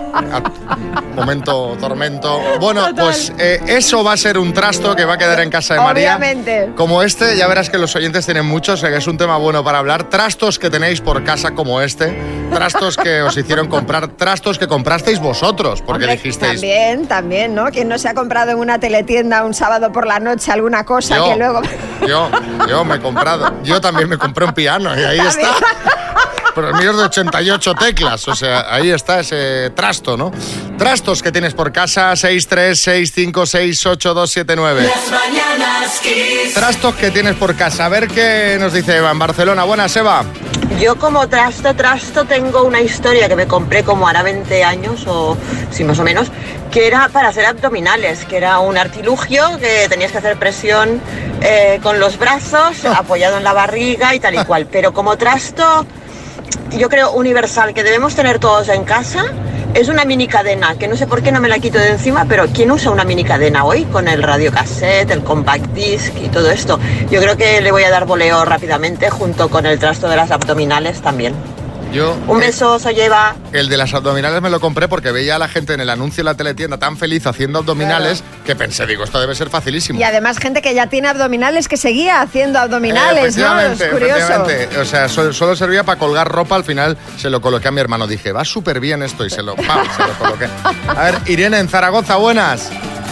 a- momento tormento. Bueno, pues eh, eso va a ser un trasto que va a quedar en casa de María. Obviamente. Como este, ya verás que los oyentes tienen muchos, o sea que es un tema bueno para hablar. Trastos que tenéis por casa como este, trastos que os hicieron comprar, trastos que comprasteis vosotros, porque Hombre, dijisteis... También, también, ¿no? ¿Quién no se ha comprado en una teletienda un sábado por la noche alguna cosa Yo, que luego... yo, yo me he comprado, yo también me compré un piano y ahí está. Pero el mío es de ochenta y ocho teclas, o sea, ahí está ese trasto, ¿no? Trastos que tienes por casa, seis tres seis cinco seis ocho dos siete nueve. Las mañanas Kiss. Trastos que tienes por casa, a ver qué nos dice Eva en Barcelona. Buenas, Eva. Yo como trasto, trasto tengo una historia que me compré como hará veinte años o sí más o menos, que era para hacer abdominales, que era un artilugio que tenías que hacer presión eh, con los brazos, apoyado en la barriga y tal y cual. Pero como trasto, yo creo universal, que debemos tener todos en casa, es una mini cadena, que no sé por qué no me la quito de encima, pero ¿quién usa una mini cadena hoy? Con el radiocassette, el compact disc y todo esto. Yo creo que le voy a dar voleo rápidamente junto con el trasto de las abdominales también. Yo, Un beso, soy Eva. El de las abdominales me lo compré porque veía a la gente en el anuncio de la teletienda tan feliz haciendo abdominales que pensé, digo, esto debe ser facilísimo. Y además gente que ya tiene abdominales que seguía haciendo abdominales, ¿no? Es Efectivamente, curioso. efectivamente. O sea, solo, solo servía para colgar ropa. Al final se lo coloqué a mi hermano. Dije, va súper bien esto y se lo, ¡pam! se lo coloqué. A ver, Irene en Zaragoza, buenas.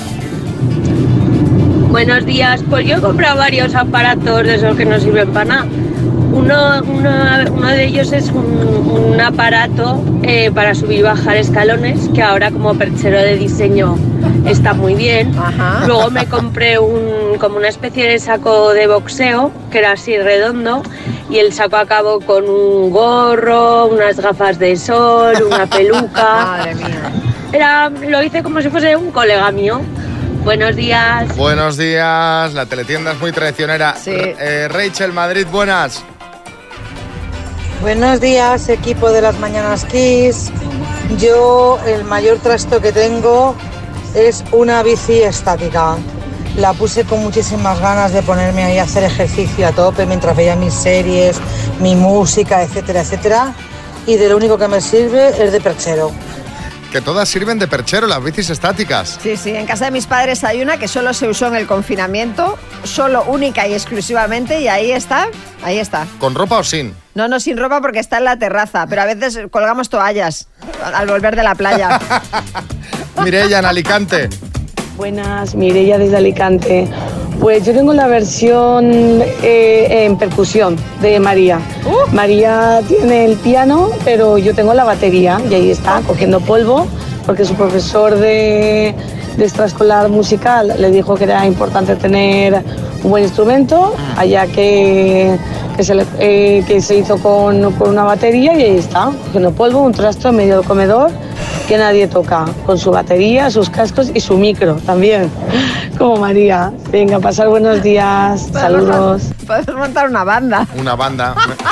Buenos días, pues yo he comprado varios aparatos de esos que no sirven para nada. Uno, uno, uno de ellos es un, un aparato eh, para subir y bajar escalones, que ahora como perchero de diseño está muy bien. Ajá. Luego me compré un, como una especie de saco de boxeo, que era así redondo, y el saco acabó con un gorro, unas gafas de sol, una peluca. Madre mía. Era, lo hice como si fuese un colega mío. Buenos días. Buenos días. La teletienda es muy traicionera. Sí. R- eh, Rachel, Madrid, buenas. Buenos días, equipo de las Mañanas Kiss. Yo el mayor trasto que tengo es una bici estática. La puse con muchísimas ganas de ponerme ahí a hacer ejercicio a tope mientras veía mis series, mi música, etcétera, etcétera. Y de lo único que me sirve es de perchero. Que todas sirven de perchero, las bicis estáticas. Sí, sí, en casa de mis padres hay una que solo se usó en el confinamiento, solo, única y exclusivamente, y ahí está, ahí está. ¿Con ropa o sin? No, no, sin ropa porque está en la terraza, pero a veces colgamos toallas al volver de la playa. Mireia en Alicante. Buenas, Mireia desde Alicante. Pues yo tengo la versión eh, en percusión de María. Uh. María tiene el piano, pero yo tengo la batería y ahí está, cogiendo polvo, porque su profesor de, de extraescolar musical le dijo que era importante tener un buen instrumento, allá que, que, se, le, eh, que se hizo con, con una batería y ahí está, cogiendo polvo, un trasto en medio del comedor que nadie toca, con su batería, sus cascos y su micro también, como María. Venga, pasar buenos días, saludos. Podemos montar una banda. Una banda.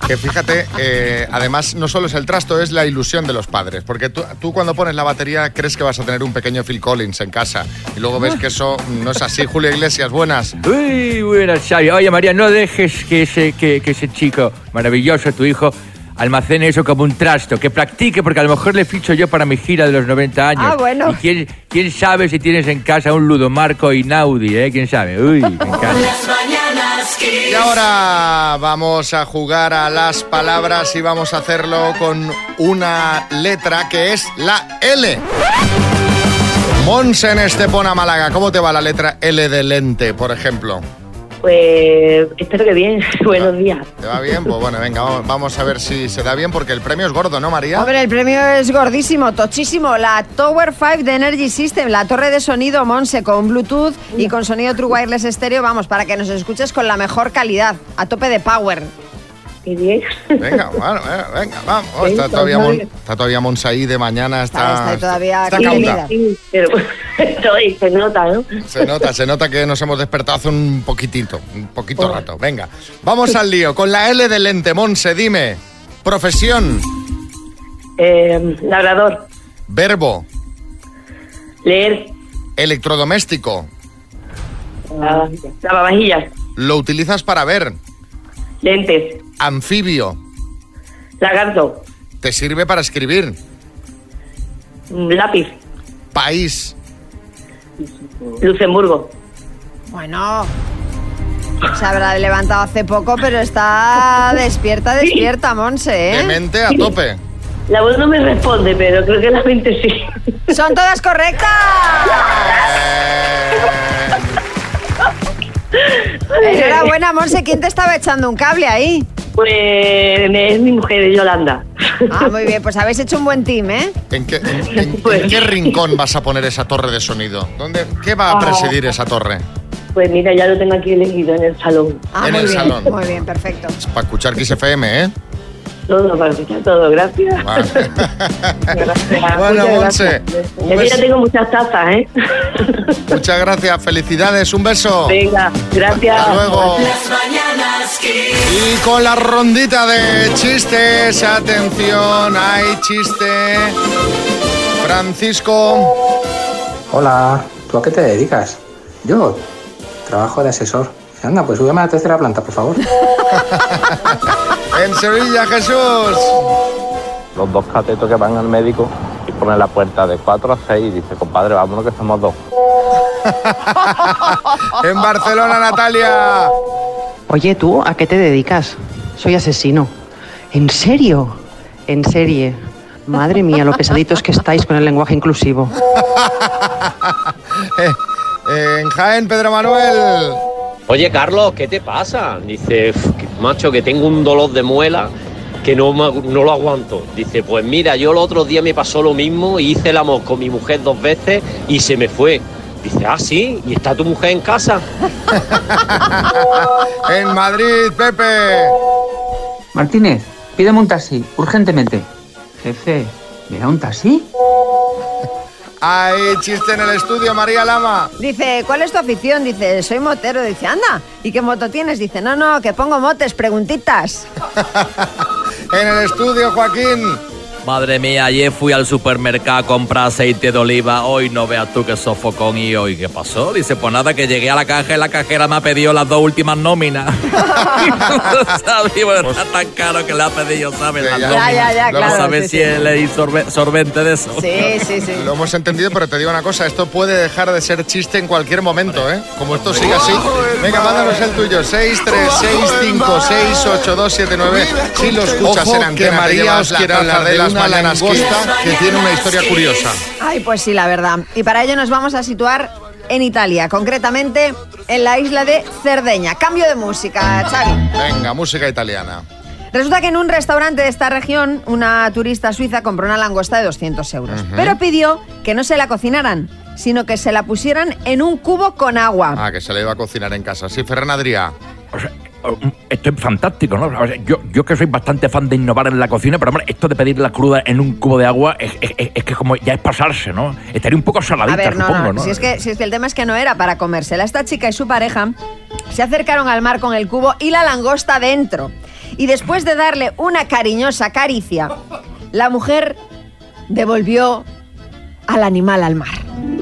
que fíjate, eh, además no solo es el trasto, es la ilusión de los padres, porque tú, tú cuando pones la batería crees que vas a tener un pequeño Phil Collins en casa y luego ves que eso no es así. Julio Iglesias, buenas. Uy, buenas, Xavi. Oye, María, no dejes que ese, que, que ese chico maravilloso, tu hijo, almacene eso como un trasto, que practique, porque a lo mejor le ficho yo para mi gira de los noventa años. Ah, bueno. Y quién, quién sabe si tienes en casa un Ludomarco Inaudi, ¿eh? ¿Quién sabe? Uy, me encanta. Y ahora vamos a jugar a las palabras y vamos a hacerlo con una letra que es la L. Monse en Estepona, Málaga, ¿cómo te va la letra L de lente, por ejemplo? Pues espero que bien. Buenos días. ¿Te va bien? Pues bueno, venga, vamos, vamos a ver si se da bien, porque el premio es gordo, ¿no, María? Hombre, el premio es gordísimo, tochísimo. La Tower cinco de Energy System, la torre de sonido Monse con Bluetooth y con sonido True Wireless estéreo, vamos, para que nos escuches con la mejor calidad, a tope de power. Qué bien. Venga, bueno, venga, vamos. Oh, está, todavía Mon, está todavía Monse ahí de mañana, está, está, está todavía está cauta. Sí, pero estoy, se nota, ¿no? Se nota, se nota que nos hemos despertado hace un poquitito, un poquito oh. rato. Venga, vamos al lío. Con la L de lente, Monse, dime. Profesión. Eh, labrador. Verbo. Leer. Electrodoméstico. La, lavavajillas. Lo utilizas para ver. Lentes. Anfibio. Lagarto. ¿Te sirve para escribir? Lápiz. País. Luxemburgo. Bueno, se habrá levantado hace poco, pero está despierta, despierta, Monse, ¿eh? De mente a tope. La voz no me responde, pero creo que la mente sí. ¡Son todas correctas! Enhorabuena, Monse. ¿Quién te estaba echando un cable ahí? Pues es mi mujer, Yolanda. Ah, muy bien. Pues habéis hecho un buen team, ¿eh? ¿En qué, en, en, pues... ¿en qué rincón vas a poner esa torre de sonido? ¿Dónde, ¿Qué va a presidir esa torre? Pues mira, ya lo tengo aquí elegido en el salón. Ah, en muy el bien, salón. Muy bien, perfecto. Es para escuchar Kiss F M, ¿eh? Todo, para escuchar todo, gracias. Vale. Gracias. Bueno, Monse. Yo ya tengo muchas tazas, ¿eh? Muchas gracias, felicidades, un beso. Venga, gracias. Hasta luego. Las Mañanas Kiss. Y con la rondita de chistes, atención, hay chiste. Francisco. Hola, ¿tú a qué te dedicas? Yo trabajo de asesor. Anda, pues súbeme a la tercera planta, por favor. En Sevilla, Jesús. Los dos catetos que van al médico y ponen la puerta de cuatro a seis y dice, compadre, vámonos que somos dos. En Barcelona, Natalia. Oye, ¿tú a qué te dedicas? Soy asesino. ¿En serio? En serie. Madre mía, lo pesaditos que estáis con el lenguaje inclusivo. eh, en Jaén, Pedro Manuel. Oye, Carlos, ¿qué te pasa? Dice, macho, que tengo un dolor de muela que no, no lo aguanto. Dice, pues mira, yo el otro día me pasó lo mismo y hice el amor con mi mujer dos veces y se me fue. Dice, ah, ¿sí? ¿Y está tu mujer en casa? En Madrid, Pepe. Martínez, pídeme un taxi, urgentemente. Jefe, ¿me da un taxi? Hay chiste en el estudio, María Lama. Dice, ¿cuál es tu afición? Dice, soy motero. Dice, anda, ¿y qué moto tienes? Dice, no, no, que pongo motes, preguntitas. En el estudio, Joaquín. Madre mía, ayer fui al supermercado a comprar aceite de oliva. Hoy no veas tú qué sofocón. Y hoy, ¿qué pasó? Dice, pues nada, que llegué a la caja y la cajera me ha pedido las dos últimas nóminas. Bueno, está tan caro que le ha pedido, ¿sabes? Las ya, nóminas. ya, ya, claro. No sabes sí, si sí. él es sorbe- sorbente de eso. Sí, sí, sí. Lo hemos entendido, pero te digo una cosa, esto puede dejar de ser chiste en cualquier momento, ¿eh? Como esto sigue así. Venga, mándanos el tuyo, seis tres seis cinco seis ocho dos siete nueve. Si lo escuchas Ojo, en antena, que María te llevas os la quiera taza hablar de de las una mañanas langosta que tiene una historia curiosa. Ay, pues sí, la verdad. Y para ello nos vamos a situar en Italia, concretamente en la isla de Cerdeña. Cambio de música, Xavi. Venga, música italiana. Resulta que en un restaurante de esta región, una turista suiza compró una langosta de doscientos euros, Ujú. pero pidió que no se la cocinaran, sino que se la pusieran en un cubo con agua. Ah, que se le iba a cocinar en casa. Sí, Ferran Adrià. O sea, esto es fantástico, ¿no? O sea, yo, yo que soy bastante fan de innovar en la cocina, pero hombre, esto de pedir la cruda en un cubo de agua es, es, es que como ya es pasarse, ¿no? Estaría un poco saladita, A ver, no, supongo, no, ¿no? Si es, que, si es que el tema es que no era para comérsela. Esta chica y su pareja se acercaron al mar con el cubo y la langosta dentro. y después de darle una cariñosa caricia, la mujer devolvió al animal al mar.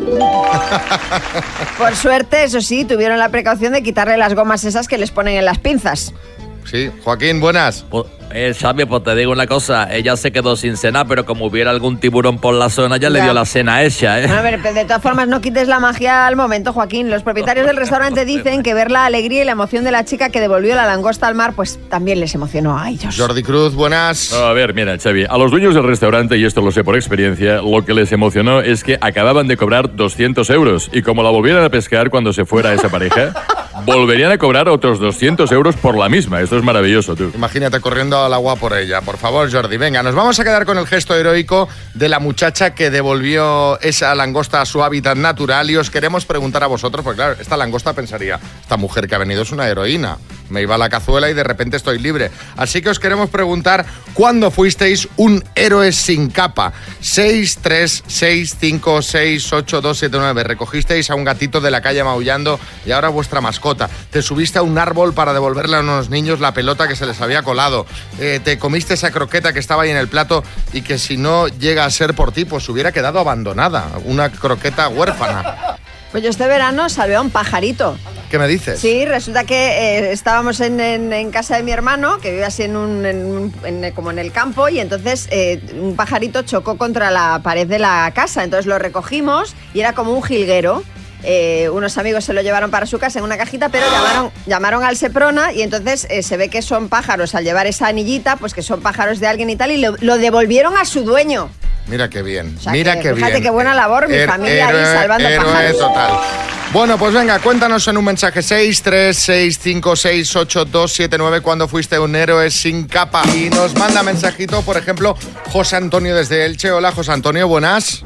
Por suerte, eso sí, tuvieron la precaución de quitarle las gomas esas que les ponen en las pinzas. Sí, Joaquín, buenas. Pues, eh, Xavi, pues te digo una cosa, ella se quedó sin cena, pero como hubiera algún tiburón por la zona, ya, ya. le dio la cena hecha, ¿eh? A ver, pero de todas formas, no quites la magia al momento, Joaquín. Los propietarios del restaurante dicen que ver la alegría y la emoción de la chica que devolvió la langosta al mar, pues también les emocionó a ellos. Jordi Cruz, buenas. A ver, mira, Xavi, a los dueños del restaurante, y esto lo sé por experiencia, lo que les emocionó es que acababan de cobrar doscientos euros, y como la volvieran a pescar cuando se fuera esa pareja, volverían a cobrar otros doscientos euros por la misma. Esto es maravilloso, tú. Imagínate corriendo al agua por ella. Por favor, Jordi, venga, nos vamos a quedar con el gesto heroico de la muchacha que devolvió esa langosta a su hábitat natural y os queremos preguntar a vosotros, porque claro, esta langosta pensaría, esta mujer que ha venido es una heroína, me iba a la cazuela y de repente estoy libre. Así que os queremos preguntar, ¿cuándo fuisteis un héroe sin capa? seis tres seis cinco seis ocho dos siete nueve. Recogisteis a un gatito de la calle maullando y ahora vuestra mascota. Te subiste a un árbol para devolverle a unos niños la pelota que se les había colado. Eh, te comiste esa croqueta que estaba ahí en el plato y que si no llega a ser por ti, pues hubiera quedado abandonada. Una croqueta huérfana. Pues yo este verano salvé a un pajarito. ¿Qué me dices? Sí, resulta que eh, estábamos en, en, en casa de mi hermano, que vive así en un, en un en, como en el campo, y entonces eh, un pajarito chocó contra la pared de la casa. Entonces lo recogimos y era como un jilguero. Eh, unos amigos se lo llevaron para su casa en una cajita, pero llamaron, llamaron al Seprona y entonces eh, se ve que son pájaros, al llevar esa anillita, pues que son pájaros de alguien y tal, y lo, lo devolvieron a su dueño. Mira qué bien, o sea, mira que, qué fíjate bien. Fíjate qué buena labor, mi Her- familia héroe, ahí salvando héroe pájaros. Total. Bueno, pues venga, cuéntanos en un mensaje seis tres seis cinco seis ocho dos siete nueve cuando fuiste un héroe sin capa. Y nos manda mensajito, por ejemplo, José Antonio desde Elche. Hola, José Antonio, buenas.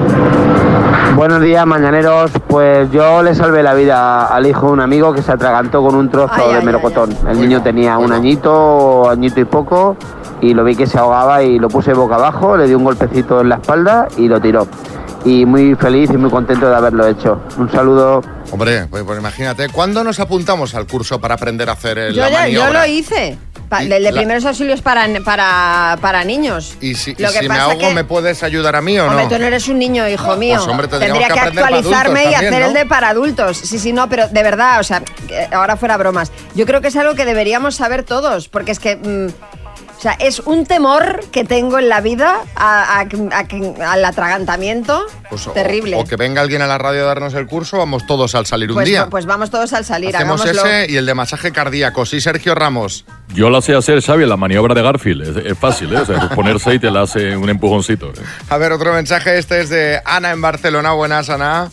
Buenos días, mañaneros. Pues yo le salvé la vida al hijo de un amigo que se atragantó con un trozo ay, de ay, melocotón. Ay, ay. El niño bueno, tenía bueno. un añito, añito y poco, y lo vi que se ahogaba y lo puse boca abajo, le di un golpecito en la espalda y lo tiró. Y muy feliz y muy contento de haberlo hecho. Un saludo. Hombre, pues, pues imagínate, ¿cuándo nos apuntamos al curso para aprender a hacer el, yo la ya, maniobra? Yo lo hice. Pa, el de la... primeros auxilios para, para, para niños. ¿Y si, lo y que si me pasa ahogo, que... me puedes ayudar a mí o hombre, no? tú no eres un niño, hijo mío. Pues hombre, tendría que, que actualizarme y también, hacer ¿no? el de para adultos. Sí, sí, no, pero de verdad, o sea, ahora fuera bromas. Yo creo que es algo que deberíamos saber todos, porque es que... Mmm, o sea, es un temor que tengo en la vida a, a, a, al atragantamiento pues, terrible. O, o que venga alguien a la radio a darnos el curso, vamos todos al salir pues, un día. Pues vamos todos al salir, hacemos hagámoslo. Ese y el de masaje cardíaco. Sí, Sergio Ramos. Yo la sé hacer, Xavi, la maniobra de Garfield. Es, es fácil, ¿eh? O sea, ponerse y te la hace un empujoncito. ¿eh? A ver, otro mensaje. Este es de Ana en Barcelona. Buenas, Ana.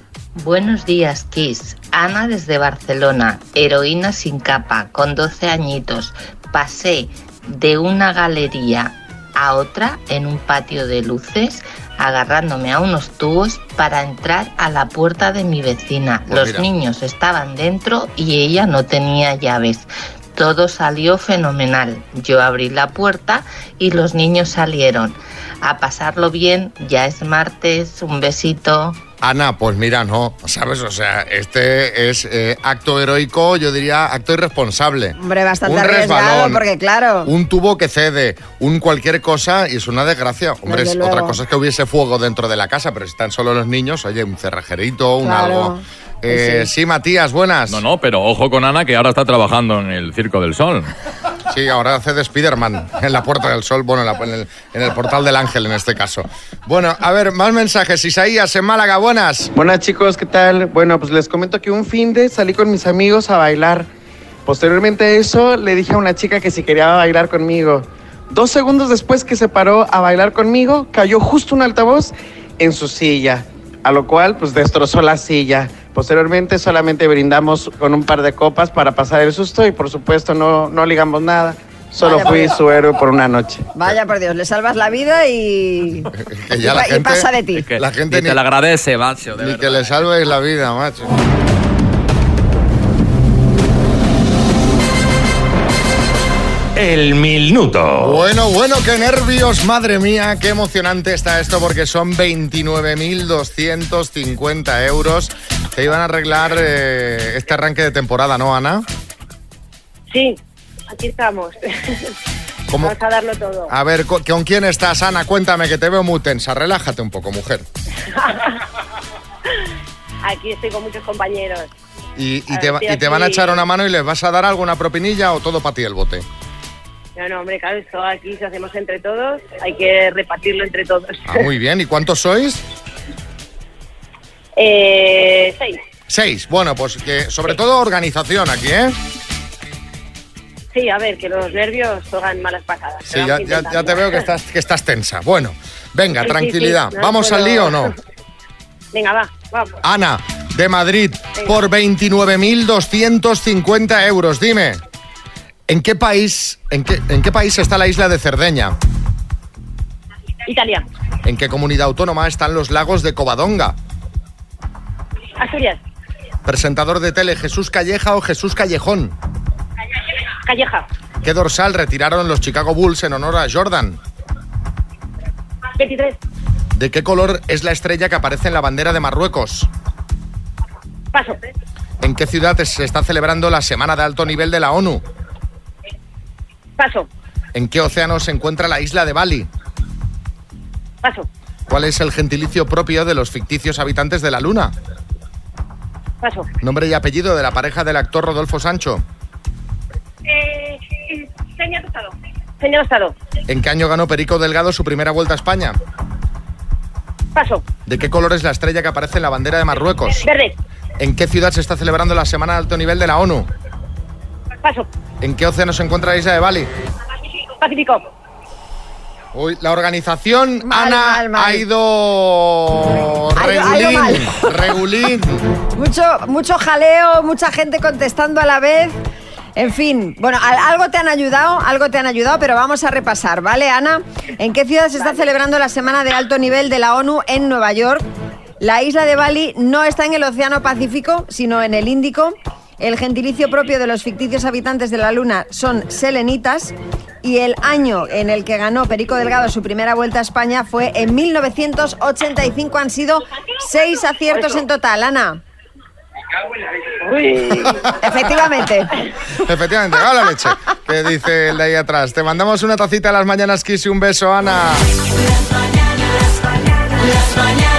Buenos días, Kiss. Ana desde Barcelona, heroína sin capa, con doce añitos. Pasé de una galería a otra en un patio de luces, agarrándome a unos tubos para entrar a la puerta de mi vecina. Pues Los mira. niños estaban dentro y ella no tenía llaves. Todo salió fenomenal. Yo abrí la puerta y los niños salieron. A pasarlo bien, ya es martes, un besito. Ana, pues mira, no, ¿sabes? O sea, este es eh, acto heroico, yo diría acto irresponsable. Hombre, bastante un arriesgado, resbalón, porque claro... un tubo que cede, un cualquier cosa, y es una desgracia. Hombre, es, otra cosa es que hubiese fuego dentro de la casa, pero si están solo los niños, oye, un cerrajerito, un claro. algo... Eh, sí. sí, Matías, buenas. No, no, pero ojo con Ana, que ahora está trabajando en el Circo del Sol. Sí, ahora hace de Spiderman en la Puerta del Sol, bueno, en, la, en, el, en el Portal del Ángel en este caso. Bueno, a ver, más mensajes. Isaías, en Málaga, buenas. Buenas, chicos, ¿qué tal? Bueno, pues les comento que un fin de salí con mis amigos a bailar. Posteriormente a eso, le dije a una chica que si quería bailar conmigo. Dos segundos después que se paró a bailar conmigo, cayó justo un altavoz en su silla, a lo cual, pues, destrozó la silla. Posteriormente solamente brindamos con un par de copas para pasar el susto y por supuesto no, no ligamos nada. Solo Vaya fui su héroe por una noche. Vaya por Dios, le salvas la vida y, que ya y, la y gente, pasa de ti. Que la gente ni, ni te lo agradece, macho. Ni verdad. que le salves la vida, macho. El minuto. Bueno, bueno, qué nervios, madre mía, qué emocionante está esto porque son veintinueve mil doscientos cincuenta euros que iban a arreglar eh, este arranque de temporada, ¿no, Ana? Sí, aquí estamos. ¿Cómo? Vamos a darlo todo. A ver, ¿con, ¿con quién estás, Ana? Cuéntame, que te veo muy tensa. Relájate un poco, mujer. Aquí estoy con muchos compañeros. ¿Y, y, A te, ver, y estoy te van a aquí. echar una mano y les vas a dar alguna propinilla o todo para ti el bote? No, no, hombre, claro, esto aquí si hacemos entre todos, hay que repartirlo entre todos. Ah, muy bien. ¿Y cuántos sois? eh, seis. Seis. Bueno, pues que sobre todo organización aquí, ¿eh? Sí, a ver, que los nervios juegan malas pasadas. Sí, ya, ya, ya te veo que estás, que estás tensa. Bueno, venga, Sí, sí, tranquilidad. sí, no ¿Vamos puedo- al lío o no? Venga, va, vamos. Ana, de Madrid, por veintinueve mil doscientos cincuenta euros. Dime, ¿en qué país, en qué, en qué país está la isla de Cerdeña? Italia, ¿En qué comunidad autónoma están los lagos de Covadonga? Asturias, Presentador de tele, ¿Jesús Calleja o Jesús Callejón? Calleja, ¿Qué dorsal retiraron los Chicago Bulls en honor a Jordan? veintitrés, ¿De qué color es la estrella que aparece en la bandera de Marruecos? paso, ¿En qué ciudad se está celebrando la Semana de Alto Nivel de la ONU? paso, ¿En qué océano se encuentra la isla de Bali? paso, ¿Cuál es el gentilicio propio de los ficticios habitantes de la Luna? paso. Nombre y apellido de la pareja del actor Rodolfo Sancho. Eh, señor Estado. Señor Estado, ¿En qué año ganó Perico Delgado su primera vuelta a España? paso, ¿De qué color es la estrella que aparece en la bandera de Marruecos? verde, ¿En qué ciudad se está celebrando la Semana de Alto Nivel de la ONU? paso, ¿En qué océano se encuentra la isla de Bali? Pacífico. Uy, la organización, Mal, Ana, mal, mal. ha ido Ha ido- ha ido regulín, mal. regulín. Mucho, mucho jaleo, mucha gente contestando a la vez. En fin, bueno, al- algo te han ayudado, algo te han ayudado, pero vamos a repasar, ¿vale, Ana? ¿En qué ciudad se está celebrando la Semana de Alto Nivel de la ONU en Nueva York? La isla de Bali no está en el Océano Pacífico, sino en el Índico. El gentilicio propio de los ficticios habitantes de la Luna son selenitas. Y el año en el que ganó Perico Delgado su primera vuelta a España fue en mil novecientos ochenta y cinco. Han sido seis aciertos en total, Ana. Efectivamente. Efectivamente, a la leche, que dice el de ahí atrás. Te mandamos una tacita a las mañanas Kiss y un beso, Ana. Las mañanas